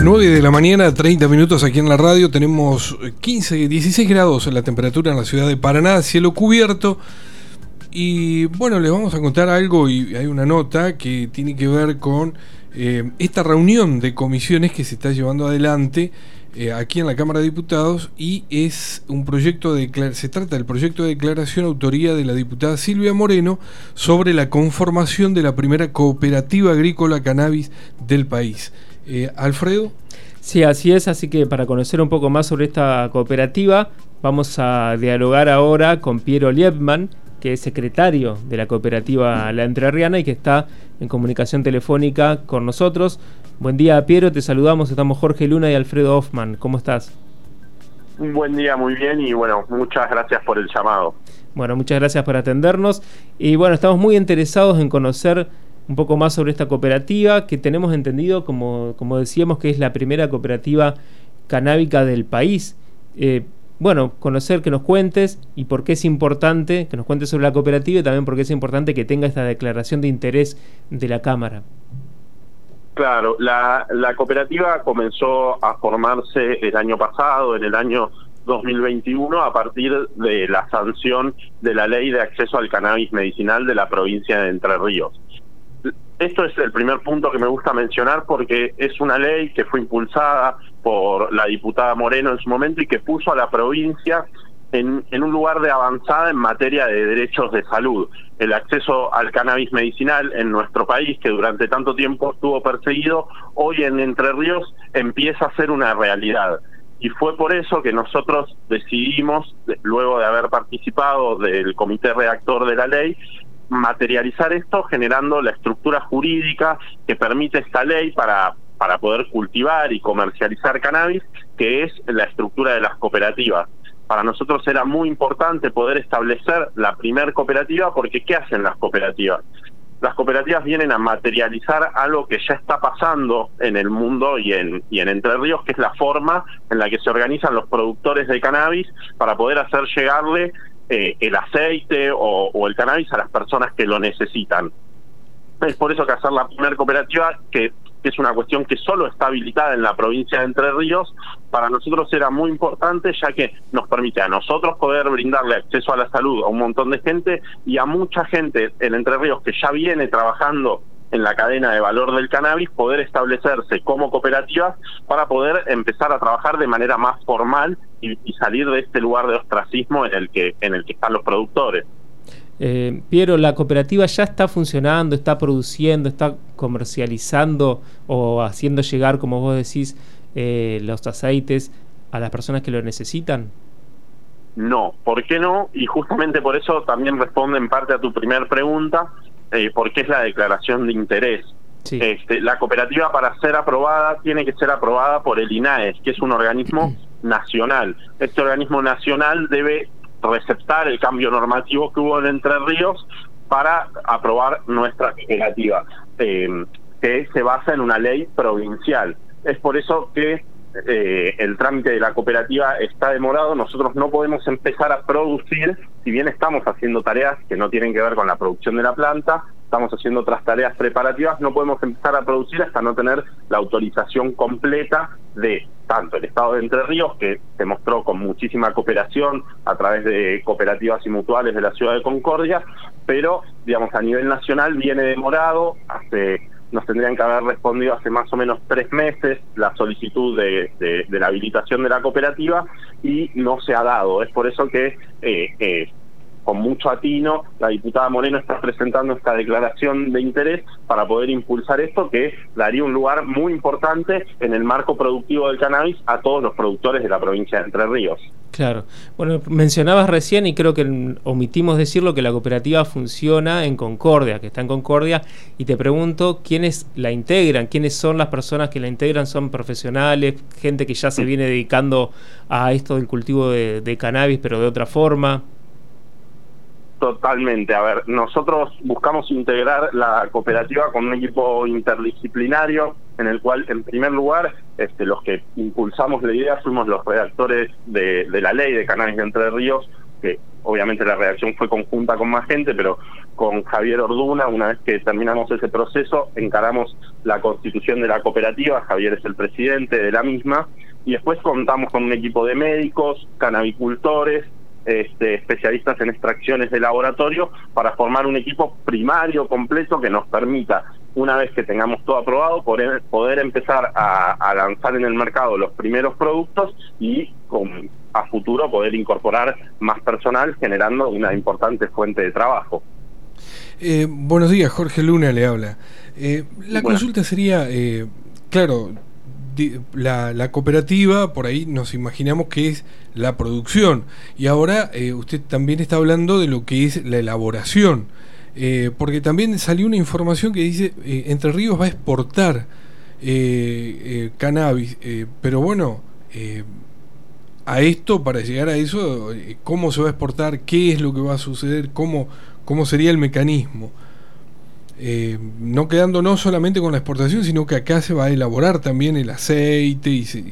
9 de la mañana, 30 minutos aquí en la radio. Tenemos 16 grados en la temperatura en la ciudad de Paraná, cielo cubierto. Y bueno, les vamos a contar algo, y hay una nota que tiene que ver con esta reunión de comisiones que se está llevando adelante aquí en la Cámara de Diputados, y es un proyecto se trata del proyecto de declaración autoría de la diputada Silvia Moreno sobre la conformación de la primera cooperativa agrícola cannabis del país. Alfredo. Sí, así es, así que para conocer un poco más sobre esta cooperativa vamos a dialogar ahora con Piero Liebman, que es secretario de la cooperativa La Entrerriana y que está en comunicación telefónica con nosotros. Buen día, Piero, te saludamos, estamos Jorge Luna y Alfredo Hoffman. ¿Cómo estás? Un buen día, muy bien, y bueno, muchas gracias por el llamado. Bueno, muchas gracias por atendernos, y bueno, estamos muy interesados en conocer un poco más sobre esta cooperativa, que tenemos entendido, como decíamos, que es la primera cooperativa canábica del país. Bueno, conocer, que nos cuentes y por qué es importante, que nos cuentes sobre la cooperativa y también por qué es importante que tenga esta declaración de interés de la Cámara. Claro, la cooperativa comenzó a formarse el año pasado, en el año 2021, a partir de la sanción de la Ley de Acceso al Cannabis Medicinal de la provincia de Entre Ríos. Esto es el primer punto que me gusta mencionar, porque es una ley que fue impulsada por la diputada Moreno en su momento y que puso a la provincia en un lugar de avanzada en materia de derechos de salud. El acceso al cannabis medicinal en nuestro país, que durante tanto tiempo estuvo perseguido, hoy en Entre Ríos empieza a ser una realidad. Y fue por eso que nosotros decidimos, luego de haber participado del comité redactor de la ley, materializar esto generando la estructura jurídica que permite esta ley para poder cultivar y comercializar cannabis, que es la estructura de las cooperativas. Para nosotros era muy importante poder establecer la primer cooperativa, porque ¿qué hacen las cooperativas? Las cooperativas vienen a materializar algo que ya está pasando en el mundo y en Entre Ríos, que es la forma en la que se organizan los productores de cannabis para poder hacer llegarle el aceite o el cannabis a las personas que lo necesitan. Es por eso que hacer la primera cooperativa, que es una cuestión que solo está habilitada en la provincia de Entre Ríos, para nosotros era muy importante, ya que nos permite a nosotros poder brindarle acceso a la salud a un montón de gente, y a mucha gente en Entre Ríos que ya viene trabajando en la cadena de valor del cannabis, poder establecerse como cooperativas para poder empezar a trabajar de manera más formal y salir de este lugar de ostracismo en el que están los productores. Piero, ¿la cooperativa ya está funcionando, está produciendo, está comercializando o haciendo llegar, como vos decís, los aceites a las personas que lo necesitan? No, ¿por qué no? Y justamente por eso también responde en parte a tu primer pregunta, porque es la declaración de interés. Sí. La cooperativa, para ser aprobada, tiene que ser aprobada por el INAES, que es un organismo nacional. Este organismo nacional debe receptar el cambio normativo que hubo en Entre Ríos para aprobar nuestra cooperativa, que se basa en una ley provincial. Es por eso que el trámite de la cooperativa está demorado. Nosotros no podemos empezar a producir, si bien estamos haciendo tareas que no tienen que ver con la producción de la planta, estamos haciendo otras tareas preparativas, no podemos empezar a producir hasta no tener la autorización completa de tanto el Estado de Entre Ríos, que se mostró con muchísima cooperación a través de cooperativas y mutuales de la ciudad de Concordia, pero digamos a nivel nacional viene demorado. Nos tendrían que haber respondido hace más o menos 3 meses la solicitud de la habilitación de la cooperativa, y no se ha dado. Es por eso que con mucho atino la diputada Moreno está presentando esta declaración de interés para poder impulsar esto, que daría un lugar muy importante en el marco productivo del cannabis a todos los productores de la provincia de Entre Ríos. Claro. Bueno, mencionabas recién, y creo que omitimos decirlo, que la cooperativa funciona en Concordia, que está en Concordia, y te pregunto, ¿quiénes la integran? ¿Quiénes son las personas que la integran? ¿Son profesionales, gente que ya se viene dedicando a esto del cultivo de cannabis, pero de otra forma? Totalmente. A ver, nosotros buscamos integrar la cooperativa con un equipo interdisciplinario, en el cual, en primer lugar, los que impulsamos la idea fuimos los redactores de la ley de cannabis de Entre Ríos, que obviamente la redacción fue conjunta con más gente, pero con Javier Orduna, una vez que terminamos ese proceso, encaramos la constitución de la cooperativa. Javier es el presidente de la misma, y después contamos con un equipo de médicos, canabicultores, especialistas en extracciones de laboratorio, para formar un equipo primario completo que nos permita, una vez que tengamos todo aprobado, poder empezar a lanzar en el mercado los primeros productos y a futuro poder incorporar más personal, generando una importante fuente de trabajo. Buenos días, Jorge Luna le habla. La consulta sería, claro, la cooperativa, por ahí nos imaginamos que es la producción, y ahora usted también está hablando de lo que es la elaboración, porque también salió una información que dice Entre Ríos va a exportar cannabis, pero bueno, a esto, para llegar a eso, ¿cómo se va a exportar? ¿Qué es lo que va a suceder? ¿Cómo sería el mecanismo? No quedándonos solamente con la exportación, sino que acá se va a elaborar también el aceite,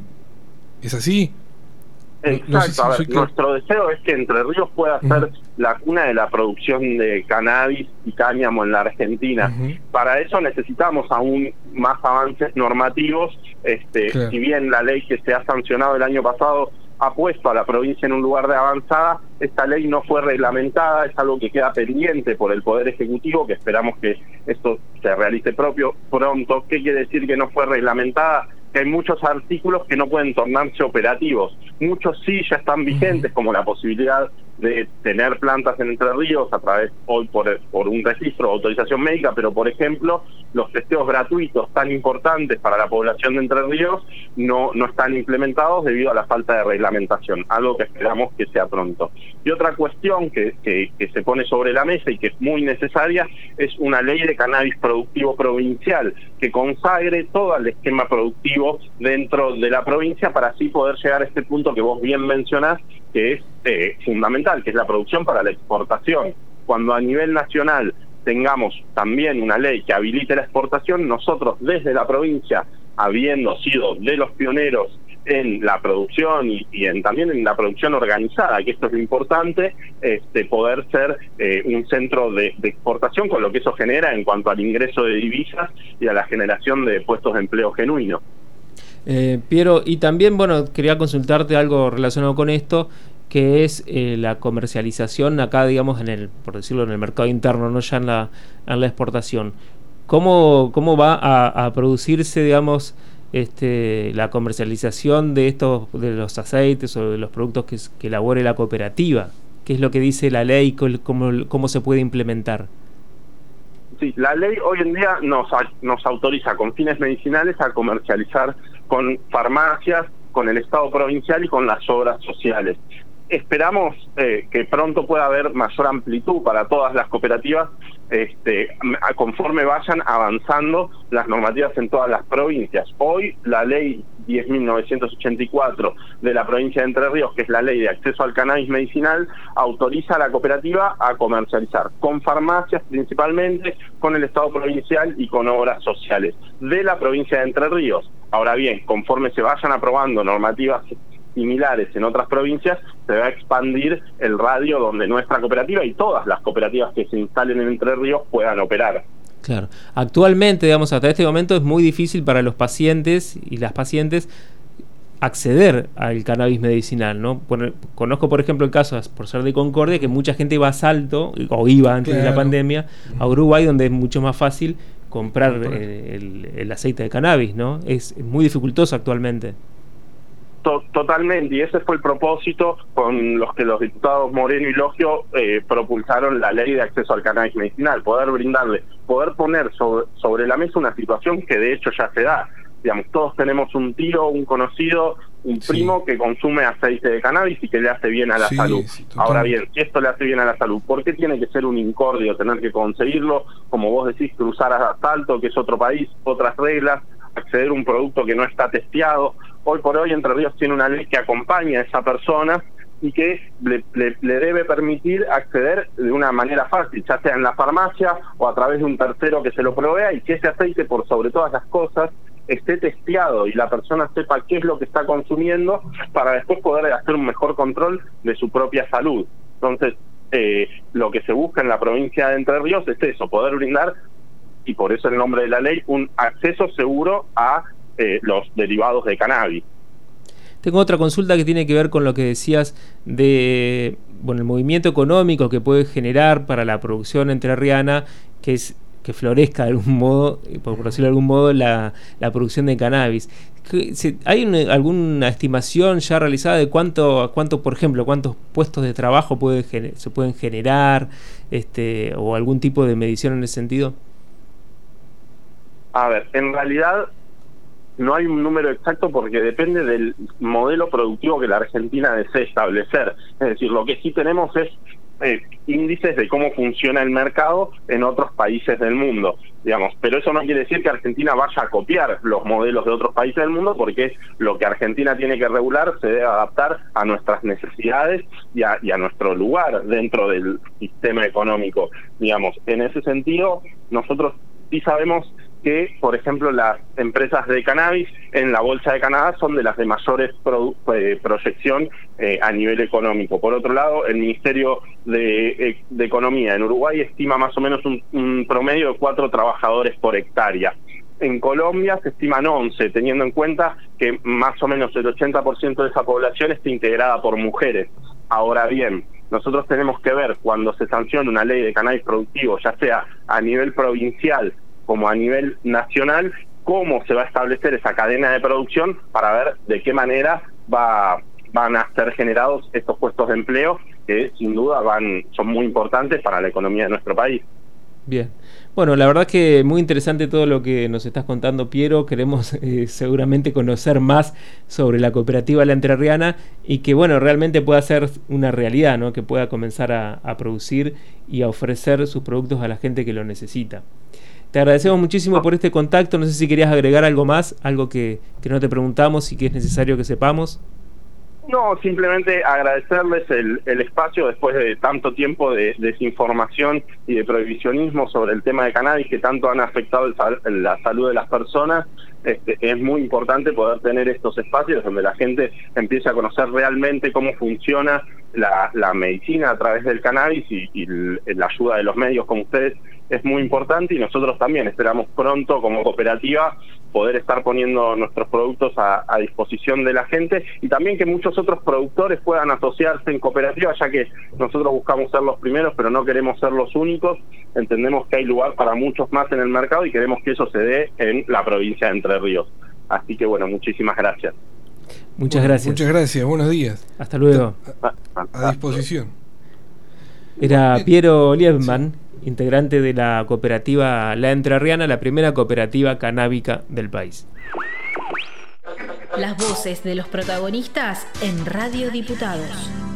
¿es así? Exacto, no sé si a ver, nuestro deseo es que Entre Ríos pueda ser la cuna de la producción de cannabis y cáñamo en la Argentina. Para eso necesitamos aún más avances normativos. Claro. Si bien la ley que se ha sancionado el año pasado ha puesto a la provincia en un lugar de avanzada, esta ley no fue reglamentada, es algo que queda pendiente por el Poder Ejecutivo, que esperamos que esto se realice pronto. ¿Qué quiere decir que no fue reglamentada? Que hay muchos artículos que no pueden tornarse operativos. Muchos sí ya están vigentes, como la posibilidad de tener plantas en Entre Ríos a través, hoy por un registro o autorización médica, pero por ejemplo, los testeos gratuitos tan importantes para la población de Entre Ríos no están implementados debido a la falta de reglamentación, algo que esperamos que sea pronto. Y otra cuestión que se pone sobre la mesa y que es muy necesaria es una ley de cannabis productivo provincial que consagre todo el esquema productivo dentro de la provincia, para así poder llegar a este punto que vos bien mencionás, que es fundamental, que es la producción para la exportación. Cuando a nivel nacional tengamos también una ley que habilite la exportación, nosotros desde la provincia, habiendo sido de los pioneros en la producción y también en la producción organizada, que esto es lo importante, poder ser un centro de exportación, con lo que eso genera en cuanto al ingreso de divisas y a la generación de puestos de empleo genuino. Piero, y también, bueno, quería consultarte algo relacionado con esto, que es la comercialización acá, digamos, por decirlo, en el mercado interno, no ya en la exportación. ¿Cómo va a producirse, digamos, la comercialización de los aceites o de los productos que elabore la cooperativa? ¿Qué es lo que dice la ley? ¿Cómo se puede implementar? Sí, la ley hoy en día nos autoriza con fines medicinales a comercializar con farmacias, con el Estado provincial y con las obras sociales. Esperamos que pronto pueda haber mayor amplitud para todas las cooperativas, conforme vayan avanzando las normativas en todas las provincias. Hoy la ley 10.984 de la provincia de Entre Ríos, que es la ley de acceso al cannabis medicinal, autoriza a la cooperativa a comercializar con farmacias principalmente, con el Estado provincial y con obras sociales de la provincia de Entre Ríos. Ahora bien, conforme se vayan aprobando normativas similares en otras provincias, se va a expandir el radio donde nuestra cooperativa y todas las cooperativas que se instalen en Entre Ríos puedan operar. Claro. Actualmente, digamos, hasta este momento es muy difícil para los pacientes y las pacientes acceder al cannabis medicinal, ¿no? Conozco, por ejemplo, el caso, por ser de Concordia, que mucha gente iba a Salto, o iba antes de la pandemia, a Uruguay, donde es mucho más fácil comprar el aceite de cannabis, ¿no? Es muy dificultoso actualmente. Totalmente, y ese fue el propósito con los que los diputados Moreno y Logio propulsaron la ley de acceso al cannabis medicinal, poder poner sobre la mesa una situación que de hecho ya se da. Digamos, todos tenemos un tío, un conocido, un primo que consume aceite de cannabis y que le hace bien a la salud. Ahora bien, si esto le hace bien a la salud, ¿por qué tiene que ser un incordio tener que conseguirlo? Como vos decís, cruzar a Salto, que es otro país, otras reglas, acceder a un producto que no está testeado. Hoy por hoy Entre Ríos tiene una ley que acompaña a esa persona y que le debe permitir acceder de una manera fácil, ya sea en la farmacia o a través de un tercero que se lo provea, y que ese aceite, por sobre todas las cosas, esté testeado y la persona sepa qué es lo que está consumiendo, para después poder hacer un mejor control de su propia salud. Entonces, lo que se busca en la provincia de Entre Ríos es eso, poder brindar, y por eso el nombre de la ley, un acceso seguro a los derivados de cannabis. Tengo otra consulta que tiene que ver con lo que decías de el movimiento económico que puede generar para la producción entrerriana, que es que florezca de algún modo, por decirlo de algún modo, la producción de cannabis. ¿Hay alguna estimación ya realizada de cuánto, por ejemplo, cuántos puestos de trabajo se pueden generar, o algún tipo de medición en ese sentido? A ver, en realidad no hay un número exacto porque depende del modelo productivo que la Argentina desee establecer. Es decir, lo que sí tenemos es índices de cómo funciona el mercado en otros países del mundo, digamos, pero eso no quiere decir que Argentina vaya a copiar los modelos de otros países del mundo, porque lo que Argentina tiene que regular se debe adaptar a nuestras necesidades y a nuestro lugar dentro del sistema económico, digamos. En ese sentido, nosotros sí sabemos que, por ejemplo, las empresas de cannabis en la Bolsa de Canadá son de las de mayores proyección a nivel económico. Por otro lado, el Ministerio de Economía en Uruguay estima más o menos un promedio de 4 trabajadores por hectárea. En Colombia se estiman 11, teniendo en cuenta que más o menos el 80% de esa población está integrada por mujeres. Ahora bien, nosotros tenemos que ver cuando se sanciona una ley de cannabis productivo, ya sea a nivel provincial como a nivel nacional, cómo se va a establecer esa cadena de producción para ver de qué manera van a ser generados estos puestos de empleo que sin duda son muy importantes para la economía de nuestro país. Bien. Bueno, la verdad que muy interesante todo lo que nos estás contando, Piero. Queremos seguramente conocer más sobre la cooperativa La Entrerriana y que realmente pueda ser una realidad, ¿no? Que pueda comenzar a producir y a ofrecer sus productos a la gente que lo necesita. Te agradecemos muchísimo por este contacto. No sé si querías agregar algo más, algo que no te preguntamos y que es necesario que sepamos. No, simplemente agradecerles el espacio después de tanto tiempo de desinformación y de prohibicionismo sobre el tema de cannabis que tanto han afectado la salud de las personas. Es muy importante poder tener estos espacios donde la gente empiece a conocer realmente cómo funciona la medicina a través del cannabis y la ayuda de los medios como ustedes es muy importante, y nosotros también esperamos pronto como cooperativa poder estar poniendo nuestros productos a disposición de la gente, y también que muchos otros productores puedan asociarse en cooperativas, ya que nosotros buscamos ser los primeros pero no queremos ser los únicos. Entendemos que hay lugar para muchos más en el mercado y queremos que eso se dé en la provincia de Entre Ríos. Así que muchísimas gracias. Muchas gracias. Muchas gracias, buenos días. Hasta luego. A disposición. Era Piero Liebman, integrante de la cooperativa La Entrerriana, la primera cooperativa canábica del país. Las voces de los protagonistas en Radio Diputados.